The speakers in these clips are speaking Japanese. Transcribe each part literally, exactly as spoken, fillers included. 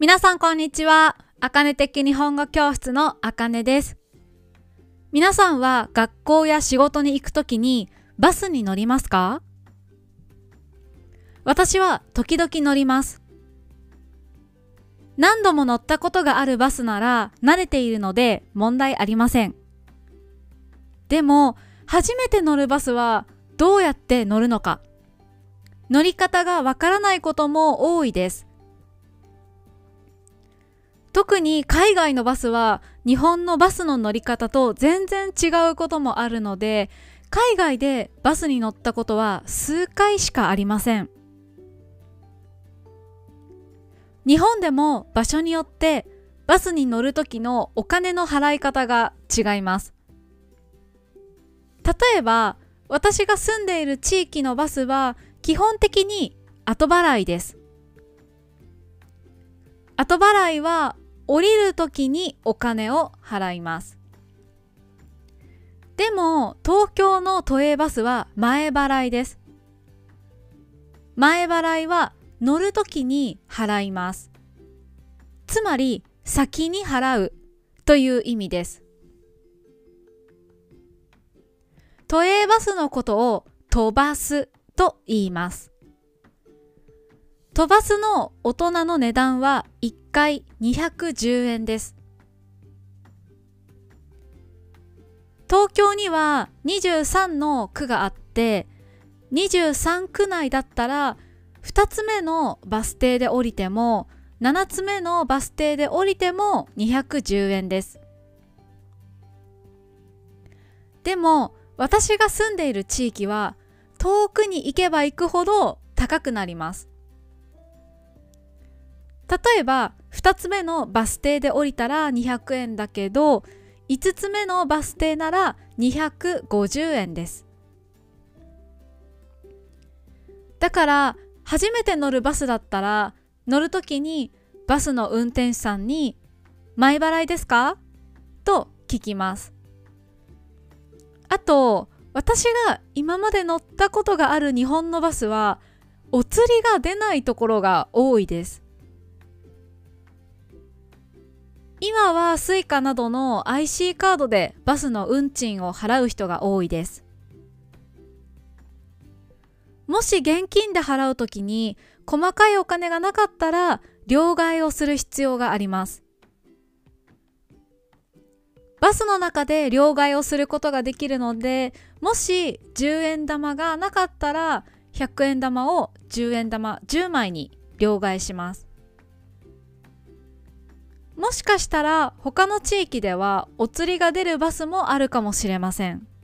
皆さんこんにちは。あかね的日本語教室のあかねです。皆さんは学校や仕事に行くときにバスに乗りますか？私は時々乗ります。何度も乗ったことがあるバスなら慣れているので問題ありません。でも初めて乗るバスはどうやって乗るのか、乗り方がわからないことも多いです。特に海外のバスは日本のバスの乗り方と全然違うこともあるので、海外でバスに乗ったことは数回しかありません。日本でも場所によってバスに乗る時のお金の払い方が違います。例えば私が住んでいる地域のバスは基本的に後払いです。後払いは降りるときにお金を払います。でも東京の都営バスは前払いです。前払いは乗るときに払います。つまり先に払うという意味です。都営バスのことを都バスと言います。都バスの大人の値段はいっかいにひゃくじゅうえんです。東京にはにじゅうさんの区があって、にじゅうさん区内だったらふたつめのバス停で降りてもななつめのバス停で降りてもにひゃくじゅうえんです。でも私が住んでいる地域は遠くに行けば行くほど高くなります。例えばふたつめのバス停で降りたらにひゃくえんだけど、いつつめのバス停ならにひゃくごじゅうえんです。だから初めて乗るバスだったら乗るときにバスの運転手さんに前払いですか？と聞きます。あと私が今まで乗ったことがある日本のバスはお釣りが出ないところが多いです。今はスイカなどの アイシー カードでバスの運賃を払う人が多いです。もし現金で払うときに細かいお金がなかったら両替をする必要があります。バスの中で両替をすることができるので、もしじゅうえん玉がなかったらひゃくえん玉をじゅうえん玉じゅうまいに両替します。もしかしたら他の地域ではお釣りが出るバスもあるかもしれません。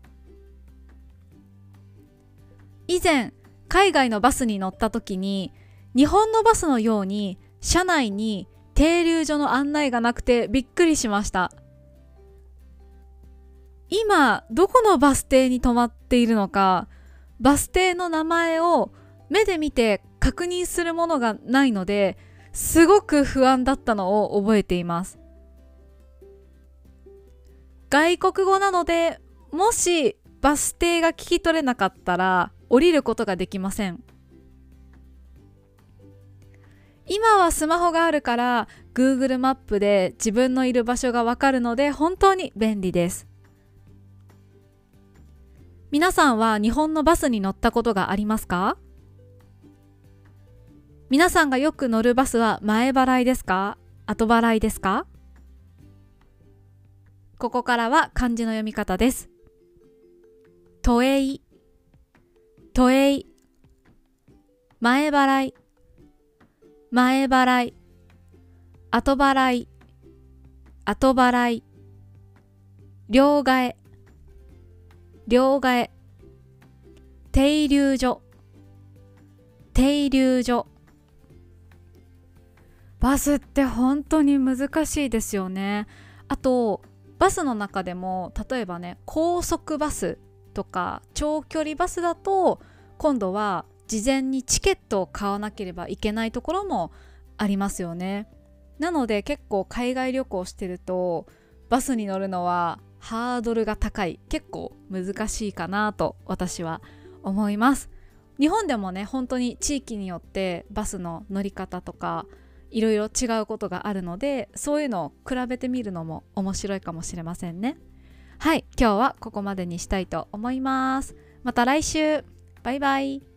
以前海外のバスに乗った時に日本のバスのように車内に停留所の案内がなくてびっくりしました。今どこのバス停に止まっているのか、バス停の名前を目で見て確認するものがないので、すごく不安だったのを覚えています。外国語なので、もしバス停が聞き取れなかったら降りることができません。今はスマホがあるから Google マップで自分のいる場所がわかるので本当に便利です。皆さんは日本のバスに乗ったことがありますか？皆さんがよく乗るバスは前払いですか？後払いですか？ここからは漢字の読み方です。都営、都営、前払い、前払い、後払い、後払い、両替、両替、停留所、停留所。バスって本当に難しいですよね。あとバスの中でも例えばね、高速バスとか長距離バスだと今度は事前にチケットを買わなければいけないところもありますよね。なので結構海外旅行してるとバスに乗るのはハードルが高い、結構難しいかなと私は思います。日本でもね、本当に地域によってバスの乗り方とかいろいろ違うことがあるので、そういうのを比べてみるのも面白いかもしれませんね。はい、今日はここまでにしたいと思います。また来週。バイバイ。